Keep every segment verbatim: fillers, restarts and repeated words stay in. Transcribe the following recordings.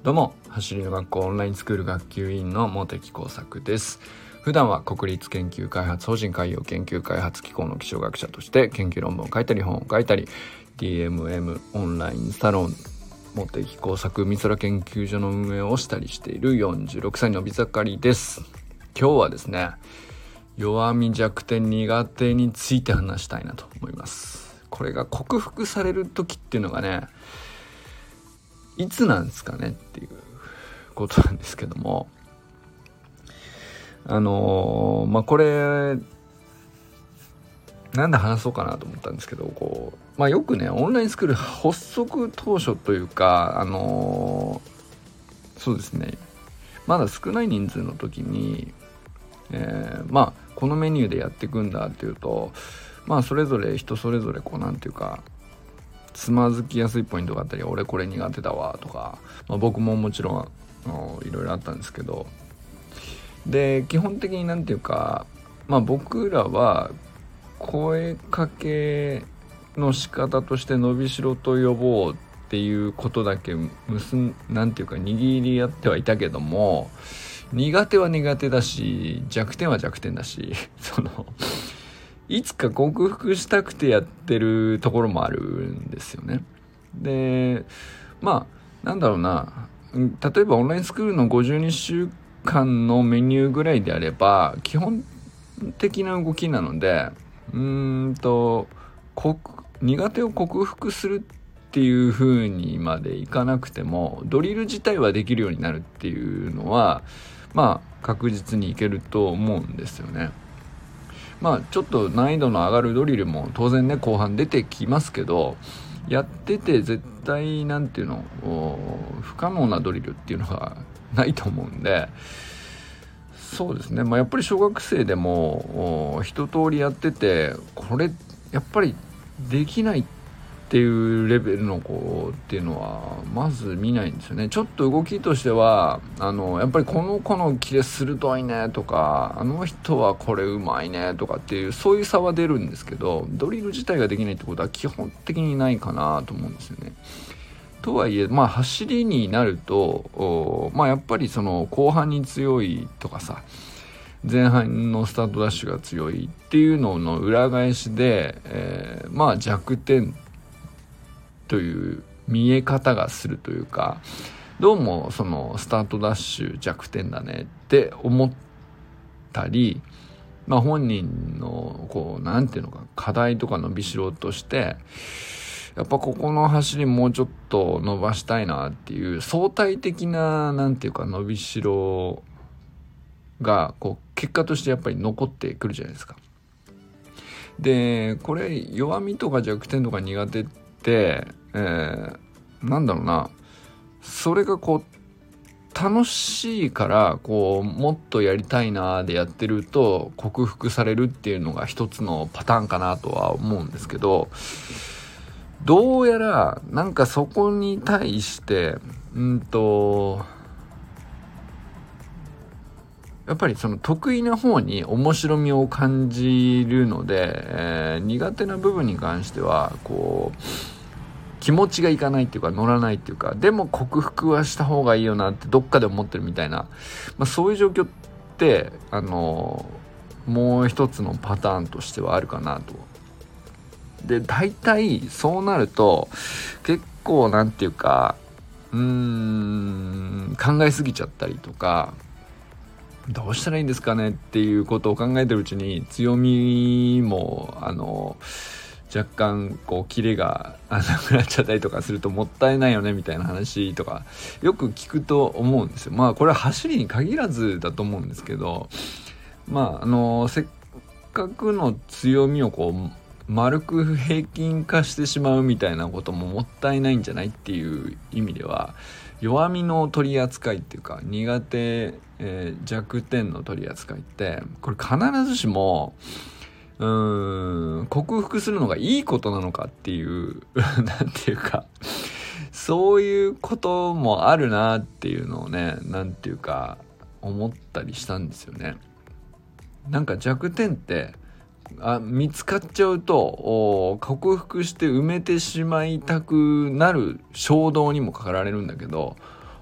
どうも、走りの学校オンラインスクール学級委員の茂木耕作です。普段は国立研究開発法人海洋研究開発機構の気象学者として研究論文を書いたり本を書いたり ディーエムエム オンラインサロン茂木耕作美空研究所の運営をしたりしているよんじゅうろくさいの美盛りです。今日はですね、弱み弱点苦手について話したいなと思います。これが克服される時っていうのがね、いつなんですかねっていうことなんですけども、あのー、まあこれなんで話そうかなと思ったんですけど、こう、まあ、よくねオンラインスクール発足当初というか、あのー、そうですねまだ少ない人数の時に、えー、まあこのメニューでやっていくんだっていうと、まあそれぞれ人それぞれこうなんていうかつまずきやすいポイントがあったり、俺これ苦手だわとか、まあ、僕ももちろんいろいろあったんですけど、で基本的になんていうか、まあ僕らは声かけの仕方として伸びしろと呼ぼうっていうことだけ結んなんていうか握り合ってはいたけども、苦手は苦手だし弱点は弱点だしそのいつか克服したくてやってるところもあるんですよね。でまあなんだろうな、例えばオンラインスクールのごじゅうにしゅうかんのメニューぐらいであれば基本的な動きなので、うーんと苦手を克服するっていう風にまでいかなくてもドリル自体はできるようになるっていうのはまあ確実にいけると思うんですよね。まあちょっと難易度の上がるドリルも当然ね後半出てきますけど、やってて絶対なんていうの不可能なドリルっていうのがないと思うんで、そうですね、まあ、やっぱり小学生でも一通りやっててこれやっぱりできないっていうレベルの子っていうのはまず見ないんですよね。ちょっと動きとしてはあのやっぱりこの子のキレ鋭いねとか、あの人はこれうまいねとかっていうそういう差は出るんですけど、ドリル自体ができないってことは基本的にないかなと思うんですよね。とはいえまあ走りになるとまあやっぱりその後半に強いとかさ、前半のスタートダッシュが強いっていうのの裏返しで、えー、まあ弱点という見え方がするというか、どうもそのスタートダッシュ弱点だねって思ったり、まあ本人のこうなんていうのか課題とか伸びしろとしてやっぱここの走りもうちょっと伸ばしたいなっていう相対的ななんていうか伸びしろがこう結果としてやっぱり残ってくるじゃないですか。でこれ弱みとか弱点とか苦手って、えー、なんだろうな、それがこう楽しいからこうもっとやりたいなでやってると克服されるっていうのが一つのパターンかなとは思うんですけど、どうやらなんかそこに対してうんとやっぱりその得意な方に面白みを感じるので、えー、苦手な部分に関してはこう気持ちがいかないっていうか乗らないっていうか、でも克服はした方がいいよなってどっかで思ってるみたいな、まあ、そういう状況ってあのもう一つのパターンとしてはあるかなと。で大体そうなると結構なんていうかうーん考えすぎちゃったりとか、どうしたらいいんですかねっていうことを考えてるうちに強みもあの若干こうキレがなくなっちゃったりとかするともったいないよねみたいな話とかよく聞くと思うんですよ。まあこれは走りに限らずだと思うんですけど、まああのせっかくの強みをこう丸く平均化してしまうみたいなことももったいないんじゃないっていう意味では、弱みの取り扱いっていうか苦手、えー、弱点の取り扱いってこれ必ずしもうーん克服するのがいいことなのかっていうなんていうかそういうこともあるなっていうのをね、なんていうか思ったりしたんですよね。なんか弱点ってあ見つかっちゃうと克服して埋めてしまいたくなる衝動にもかかられるんだけど、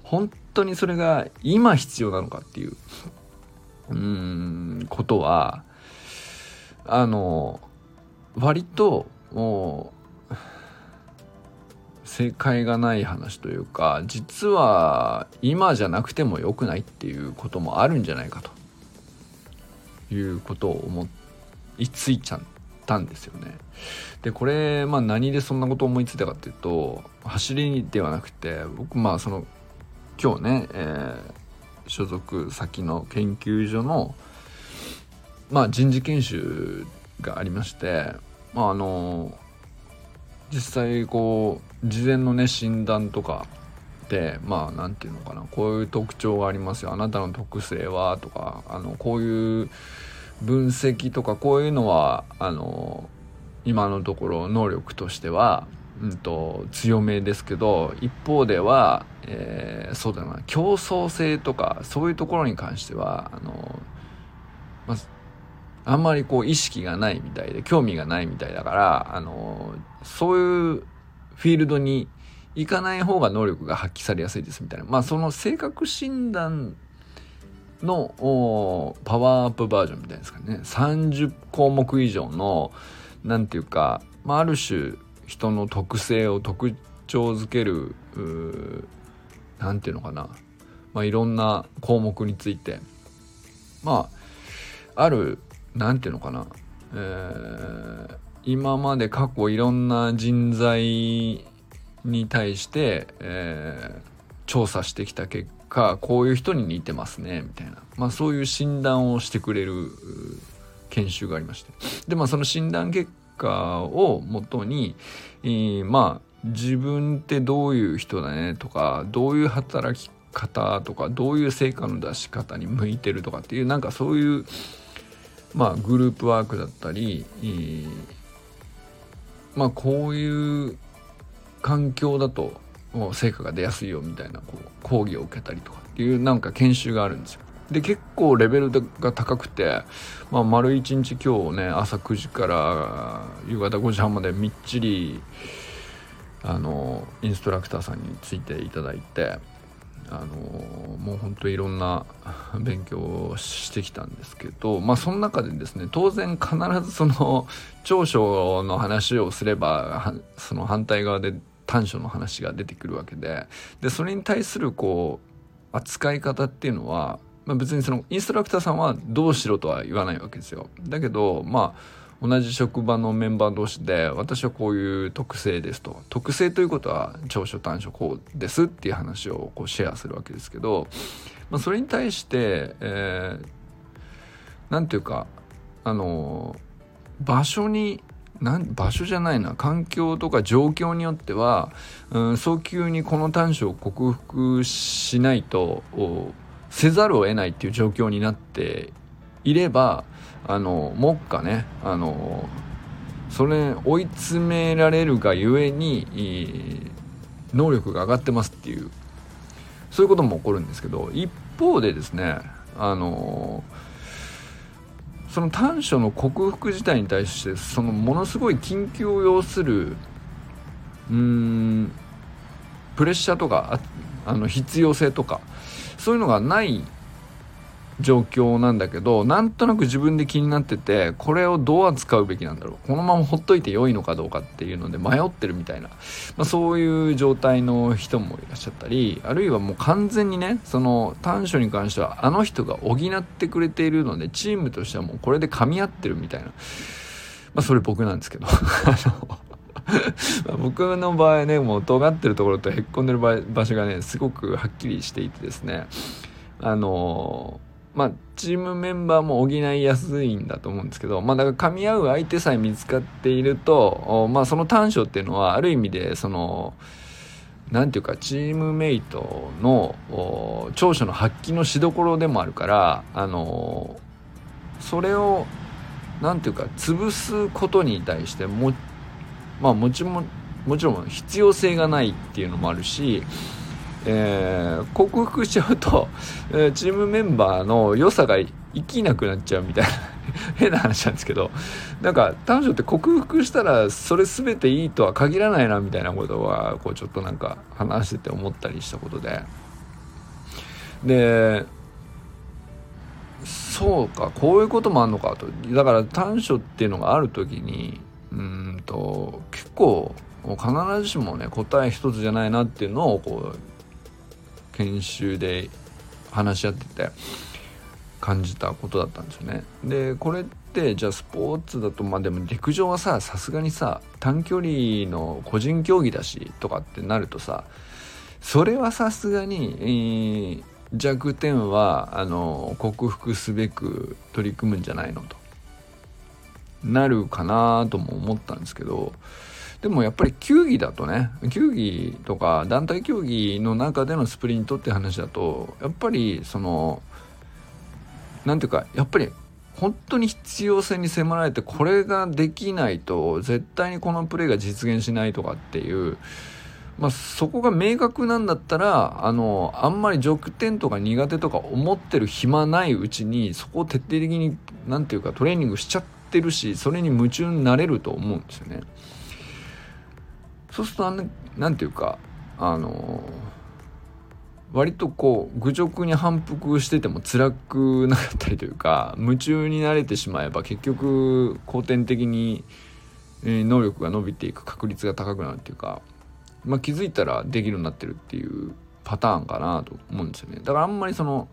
本当にそれが今必要なのかっていううーんことはあの割ともう正解がない話というか、実は今じゃなくてもよくないっていうこともあるんじゃないかということを思いついちゃったんですよね。でこれまあ何でそんなことを思いついたかっていうと、走りではなくて、僕まあその今日ね、えー、所属先の研究所のまあ人事研修がありまして、まああの実際こう事前のね診断とかでまあなんていうのかな、こういう特徴がありますよ、あなたの特性はとか、あのこういう分析とかこういうのはあの今のところ能力としては、うんと、強めですけど、一方では、えー、そうだな競争性とかそういうところに関してはあの、まあ、あんまりこう意識がないみたいで興味がないみたいだから、あのそういうフィールドに行かない方が能力が発揮されやすいですみたいな、まあその性格診断のパワーアップバージョンみたいですかね。さんじゅっこうもく以上のなんていうか、まあ、ある種人の特性を特徴づけるなんていうのかな、まあ、いろんな項目についてまああるなんていうのかな、えー、今まで過去いろんな人材に対して、えー、調査してきた結果こういう人に似てますねみたいな、まあ、そういう診断をしてくれる研修がありまして、でまあその診断結果をもとに、えー、まあ自分ってどういう人だねとか、どういう働き方とか、どういう成果の出し方に向いてるとかっていうなんかそういうまあグループワークだったり、えー、まあこういう環境だと成果が出やすいよみたいなこう講義を受けたりとかっていうなんか研修があるんですよ。で結構レベルが高くて、まあ、丸一日今日ね朝くじから夕方ごじはんまでみっちりあのインストラクターさんについていただいて、あのもう本当にいろんな勉強をしてきたんですけど、まあその中でですね当然必ずその長所の話をすればその反対側で短所の話が出てくるわけで、でそれに対するこう扱い方っていうのは、まあ、別にそのインストラクターさんはどうしろとは言わないわけですよ。だけどまあ同じ職場のメンバー同士で私はこういう特性ですと、特性ということは長所短所こうですっていう話をこうシェアするわけですけど、まあ、それに対して、えー、なんていうかあの場所になん場所じゃないな環境とか状況によっては、うん、早急にこの短所を克服しないとせざるを得ないっていう状況になっていれば、あの目下ねあのそれ追い詰められるがゆえに能力が上がってますっていうそういうことも起こるんですけど、一方でですねあのその短所の克服自体に対してそのものすごい緊急を要するうーんプレッシャーとか あ, あの必要性とかそういうのがない状況なんだけど、なんとなく自分で気になっててこれをどう扱うべきなんだろう、このままほっといて良いのかどうかっていうので迷ってるみたいな、まあ、そういう状態の人もいらっしゃったり、あるいはもう完全にねその短所に関してはあの人が補ってくれているのでチームとしてはもうこれで噛み合ってるみたいな、まあそれ僕なんですけど僕の場合ねもう尖ってるところとへっこんでる場所がねすごくはっきりしていてですね、あのまあチームメンバーも補いやすいんだと思うんですけど、まあだから噛み合う相手さえ見つかっていると、まあその短所っていうのはある意味でそのなんていうかチームメイトの長所の発揮のしどころでもあるから、あのそれをなんていうか潰すことに対してもまあもちももちろん必要性がないっていうのもあるし、えー、克服しちゃうと、えー、チームメンバーの良さが生きなくなっちゃうみたいな変な話なんですけど、なんか短所って克服したらそれ全ていいとは限らないなみたいなことはこうちょっとなんか話してて思ったりしたことで、 でそうか、こういうこともあるのかと。だから短所っていうのがあるときにうーんと結構必ずしもね答え一つじゃないなっていうのをこう研修で話し合ってて感じたことだったんですよね。でこれってじゃあスポーツだとまあでも陸上はささすがにさ短距離の個人競技だしとかってなるとさ、それはさすがに、えー、弱点はあの克服すべく取り組むんじゃないのとなるかなとも思ったんですけど、でもやっぱり球技だとね、球技とか団体競技の中でのスプリントって話だとやっぱりそのなんていうかやっぱり本当に必要性に迫られてこれができないと絶対にこのプレーが実現しないとかっていう、まあ、そこが明確なんだったらあのあんまり弱点とか苦手とか思ってる暇ないうちにそこを徹底的になんていうかトレーニングしちゃってるし、それに夢中になれると思うんですよね。そうするとあのなんていうかあの割とこう愚直に反復してても辛くなかったりというか、夢中になれてしまえば結局後天的に能力が伸びていく確率が高くなるっていうか、まあ、気づいたらできるようになってるっていうパターンかなと思うんですよね。だからあんまりその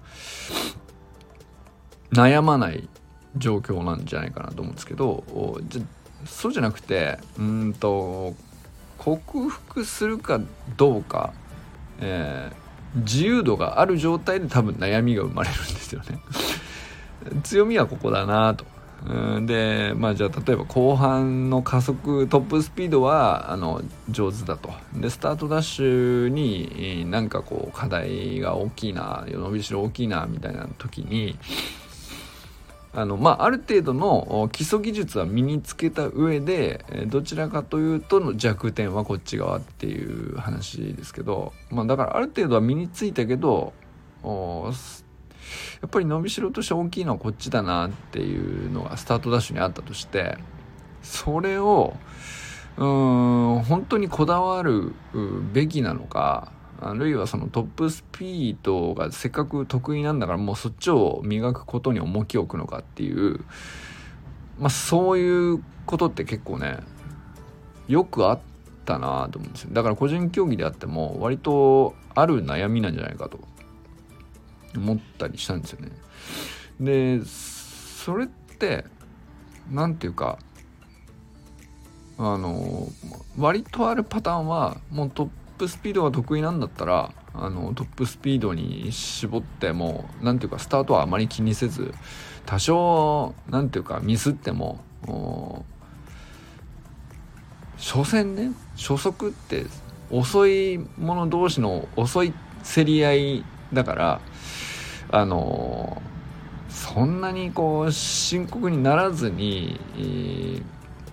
悩まない状況なんじゃないかなと思うんですけど、じゃそうじゃなくてうーんと克服するかどうか、えー自由度がある状態で多分悩みが生まれるんですよね強みはここだなと。うんでまあじゃあ例えば後半の加速トップスピードはあの上手だと。でスタートダッシュになんかこう課題が大きいな、伸びしろ大きいなみたいな時にあのまあある程度の基礎技術は身につけた上でどちらかというとの弱点はこっち側っていう話ですけど、まあだからある程度は身についたけどやっぱり伸びしろとして大きいのはこっちだなっていうのがスタートダッシュにあったとして、それをうーん本当にこだわるべきなのか、あるいはそのトップスピードがせっかく得意なんだからもうそっちを磨くことに重きを置くのかっていう、まあそういうことって結構ねよくあったなと思うんですよ。だから個人競技であっても割とある悩みなんじゃないかと思ったりしたんですよね。でそれってなんていうかあの割とあるパターンはもうトップトップスピードが得意なんだったらあのトップスピードに絞ってもなんていうかスタートはあまり気にせず、多少なんていうかミスっても所詮ね初速って遅い者同士の遅い競り合いだからあのそんなにこう深刻にならずに、えー、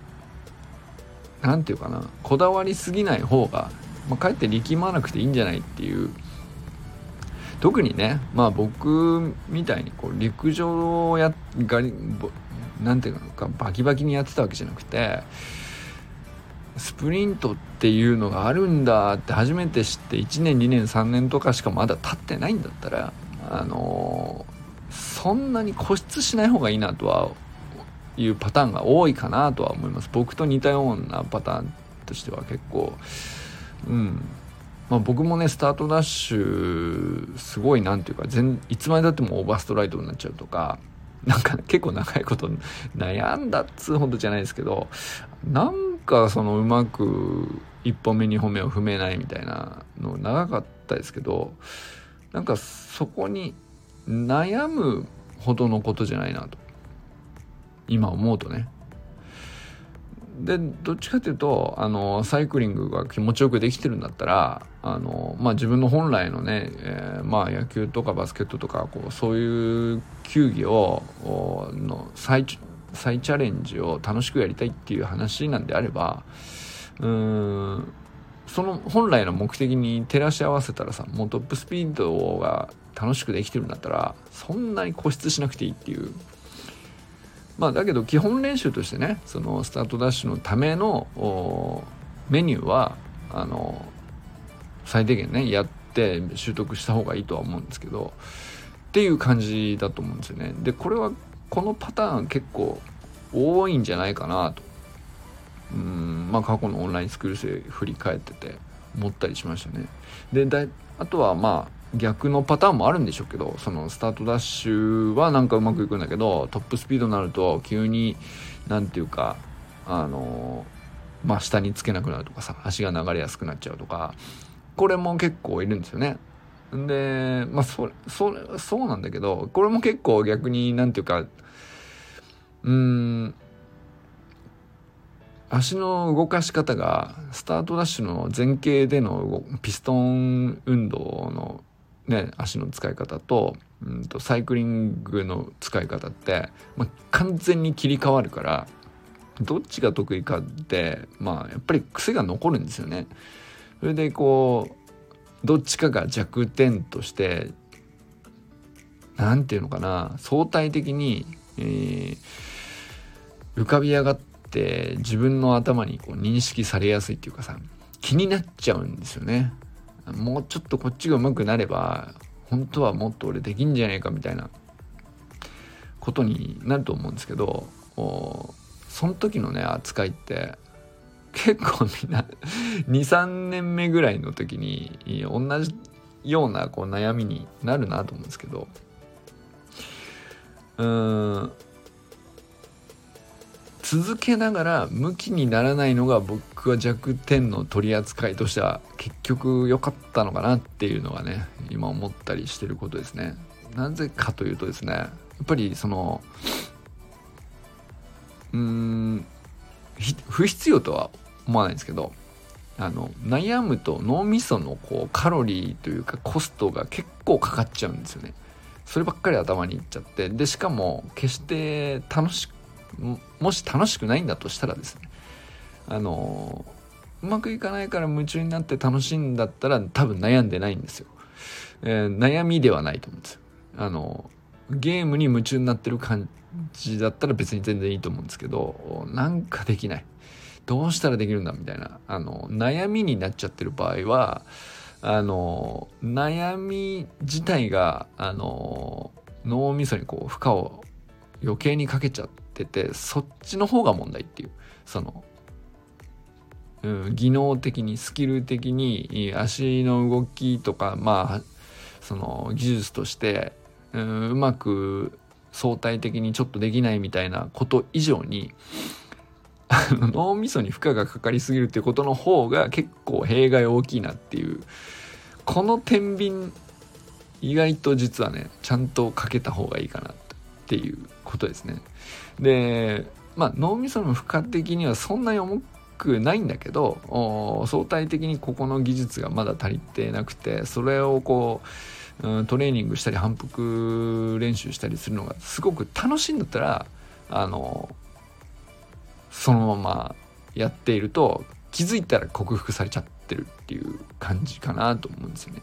なんていうかなこだわりすぎない方がまあ、かえって力まなくていいんじゃないっていう。特にねまあ僕みたいにこう陸上をやがりなんていうのかバキバキにやってたわけじゃなくて、スプリントっていうのがあるんだって初めて知っていちねんにねんさんねんとかしかまだ経ってないんだったらあのー、そんなに固執しない方がいいなとはいうパターンが多いかなとは思います。僕と似たようなパターンとしては結構うんまあ、僕もねスタートダッシュすごいなんていうか全いつまでだってもオーバーストライドになっちゃうとかなんか結構長いこと悩んだっつうほどじゃないですけど、なんかそのうまくいっぽんめにほんめを踏めないみたいなの長かったですけど、なんかそこに悩むほどのことじゃないなと今思うとね。でどっちかというとあのサイクリングが気持ちよくできてるんだったらあの、まあ、自分の本来のね、えーまあ、野球とかバスケットとかこうそういう球技をの再、再チャレンジを楽しくやりたいっていう話なんであればうーんその本来の目的に照らし合わせたらさもうトップスピードが楽しくできてるんだったらそんなに固執しなくていいっていう。まあだけど基本練習としてねそのスタートダッシュのためのメニューはあの最低限ねやってって習得した方がいいとは思うんですけど、っていう感じだと思うんですよね。でこれはこのパターン結構多いんじゃないかなと、うーんまあ過去のオンラインスクール生振り返ってて思ったりしましたね。でだあとはまあ逆のパターンもあるんでしょうけど、そのスタートダッシュはなんかうまくいくんだけど、トップスピードになると急になんていうかあのまあ下につけなくなるとかさ、足が流れやすくなっちゃうとか、これも結構いるんですよね。でまあそそそうなんだけど、これも結構逆になんていうか、うーん足の動かし方がスタートダッシュの前傾でのピストン運動のね足の使い方と、うんとサイクリングの使い方って、まあ、完全に切り替わるから、どっちが得意かってまあやっぱり癖が残るんですよね。それでこうどっちかが弱点としてなんていうのかな、相対的に、えー、浮かび上がって自分の頭にこう認識されやすいっていうかさ、気になっちゃうんですよね。もうちょっとこっちが上手くなれば本当はもっと俺できんじゃないかみたいなことになると思うんですけど、その時のね扱いって結構みんなにさんねんめぐらいの時に同じようなこう悩みになるなと思うんですけど、うーん続けながら向きにならないのが僕は弱点の取り扱いとしては結局良かったのかなっていうのがね今思ったりしてることですね。なぜかというとですね、やっぱりそのうーん不必要とは思わないんですけど、あの悩むと脳みそのこうカロリーというかコストが結構かかっちゃうんですよね。そればっかり頭にいっちゃって、でしかも決して楽しくもし楽しくないんだとしたらですね、あのうまくいかないから夢中になって楽しいんだったら多分悩んでないんですよ、えー、悩みではないと思うんですよ。あのゲームに夢中になってる感じだったら別に全然いいと思うんですけど、なんかできない、どうしたらできるんだみたいなあの悩みになっちゃってる場合は、あの悩み自体があの脳みそにこう負荷を余計にかけちゃってて、そっちの方が問題っていう、その、うん、技能的にスキル的に足の動きとかまあその技術として、うん、うまく相対的にちょっとできないみたいなこと以上に脳みそに負荷がかかりすぎるっていうことの方が結構弊害大きいなっていう、この天秤意外と実はねちゃんとかけた方がいいかなっていうことですね。でまあ脳みその負荷的にはそんなに重くないんだけど、相対的にここの技術がまだ足りてなくて、それをこう、うん、トレーニングしたり反復練習したりするのがすごく楽しいんだったら、あのそのままやっていると気づいたら克服されちゃってるっていう感じかなと思うんですよね。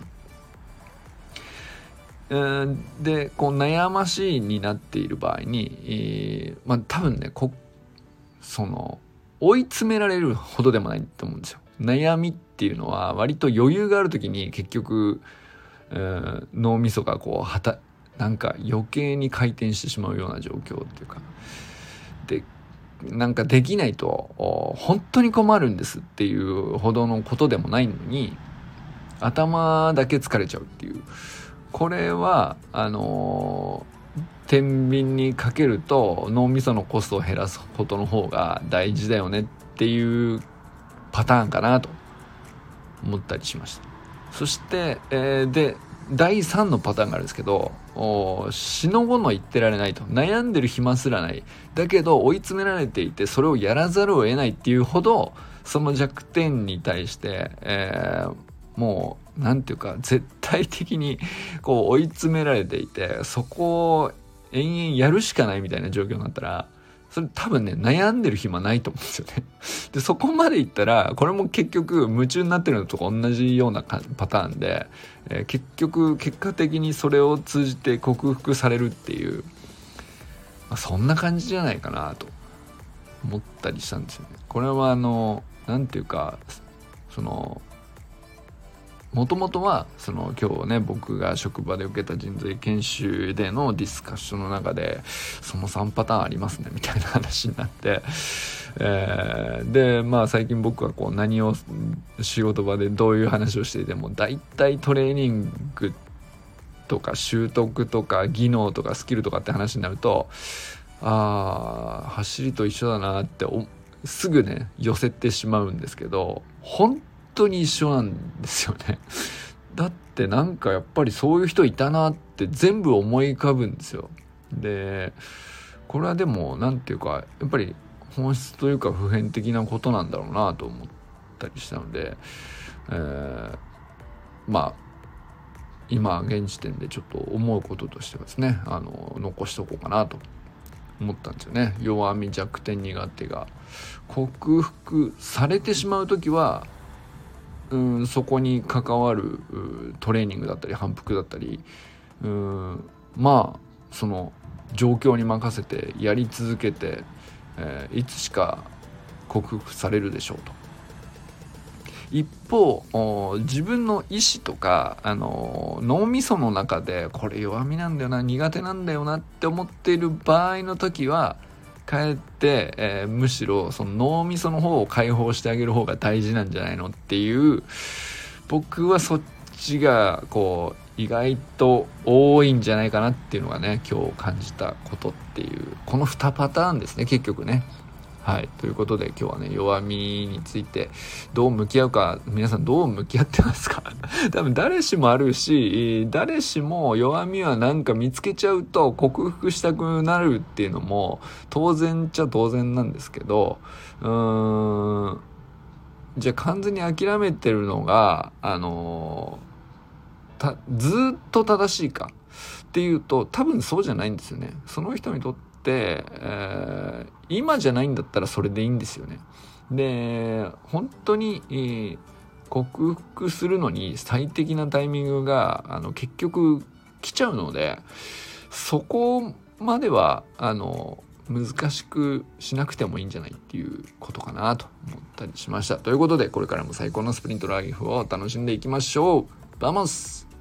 でこう悩ましいになっている場合に、えー、まあ多分ねこその追い詰められるほどでもないと思うんですよ。悩みっていうのは割と余裕がある時に結局、えー、脳みそがこうはたなんか余計に回転してしまうような状況っていうかで、なんかできないと本当に困るんですっていうほどのことでもないのに頭だけ疲れちゃうっていう、これはあのー、天秤にかけると脳みそのコストを減らすことの方が大事だよねっていうパターンかなと思ったりしました。そして、えー、でだいさんのパターンがあるんですけど、しのごの言ってられないと、悩んでる暇すらない、だけど追い詰められていてそれをやらざるを得ないっていうほどその弱点に対して、えー、もうなんていうか絶対的にこう追い詰められていて、そこを延々やるしかないみたいな状況になったら、それ多分ね悩んでる暇ないと思うんですよね。でそこまでいったらこれも結局夢中になってるのと同じようなパターンで、えー、結局結果的にそれを通じて克服されるっていう、まあ、そんな感じじゃないかなと思ったりしたんですよね。これはあのなんていうかそのもともとはその今日ね僕が職場で受けた人材研修でのディスカッションの中でそのさんパターンありますねみたいな話になって、えー、でまあ最近僕はこう何を仕事場でどういう話をしていてもだいたいトレーニングとか習得とか技能とかスキルとかって話になると、あー走りと一緒だなってすぐね寄せてしまうんですけど、本当に一緒なんですよね。だってなんかやっぱりそういう人いたなって全部思い浮かぶんですよ。でこれはでもなんていうかやっぱり本質というか普遍的なことなんだろうなと思ったりしたので、えー、まあ今現時点でちょっと思うこととしてはですね、あの残しとこうかなと思ったんですよね。弱み弱点苦手が克服されてしまうときはうんそこに関わるトレーニングだったり反復だったりうんまあその状況に任せてやり続けて、えー、いつしか克服されるでしょうと。一方自分の意思とか、あの脳みその中でこれ弱みなんだよな苦手なんだよなって思っている場合の時はかえって、えー、むしろその脳みその方を解放してあげる方が大事なんじゃないのっていう、僕はそっちがこう意外と多いんじゃないかなっていうのがね今日感じたことっていうこのにパターンですね結局ね。はい、ということで今日はね弱みについてどう向き合うか、皆さんどう向き合ってますか？多分誰しもあるし、誰しも弱みはなんか見つけちゃうと克服したくなるっていうのも当然っちゃ当然なんですけど、うーんじゃあ完全に諦めてるのがあのたずっと正しいかっていうと多分そうじゃないんですよね。その人にとってで、えー、今じゃないんだったらそれでいいんですよね。で本当に、えー、克服するのに最適なタイミングがあの結局来ちゃうので、そこまではあの難しくしなくてもいいんじゃないっていうことかなと思ったりしました。ということでこれからも最高のスプリントライフを楽しんでいきましょう。バモス。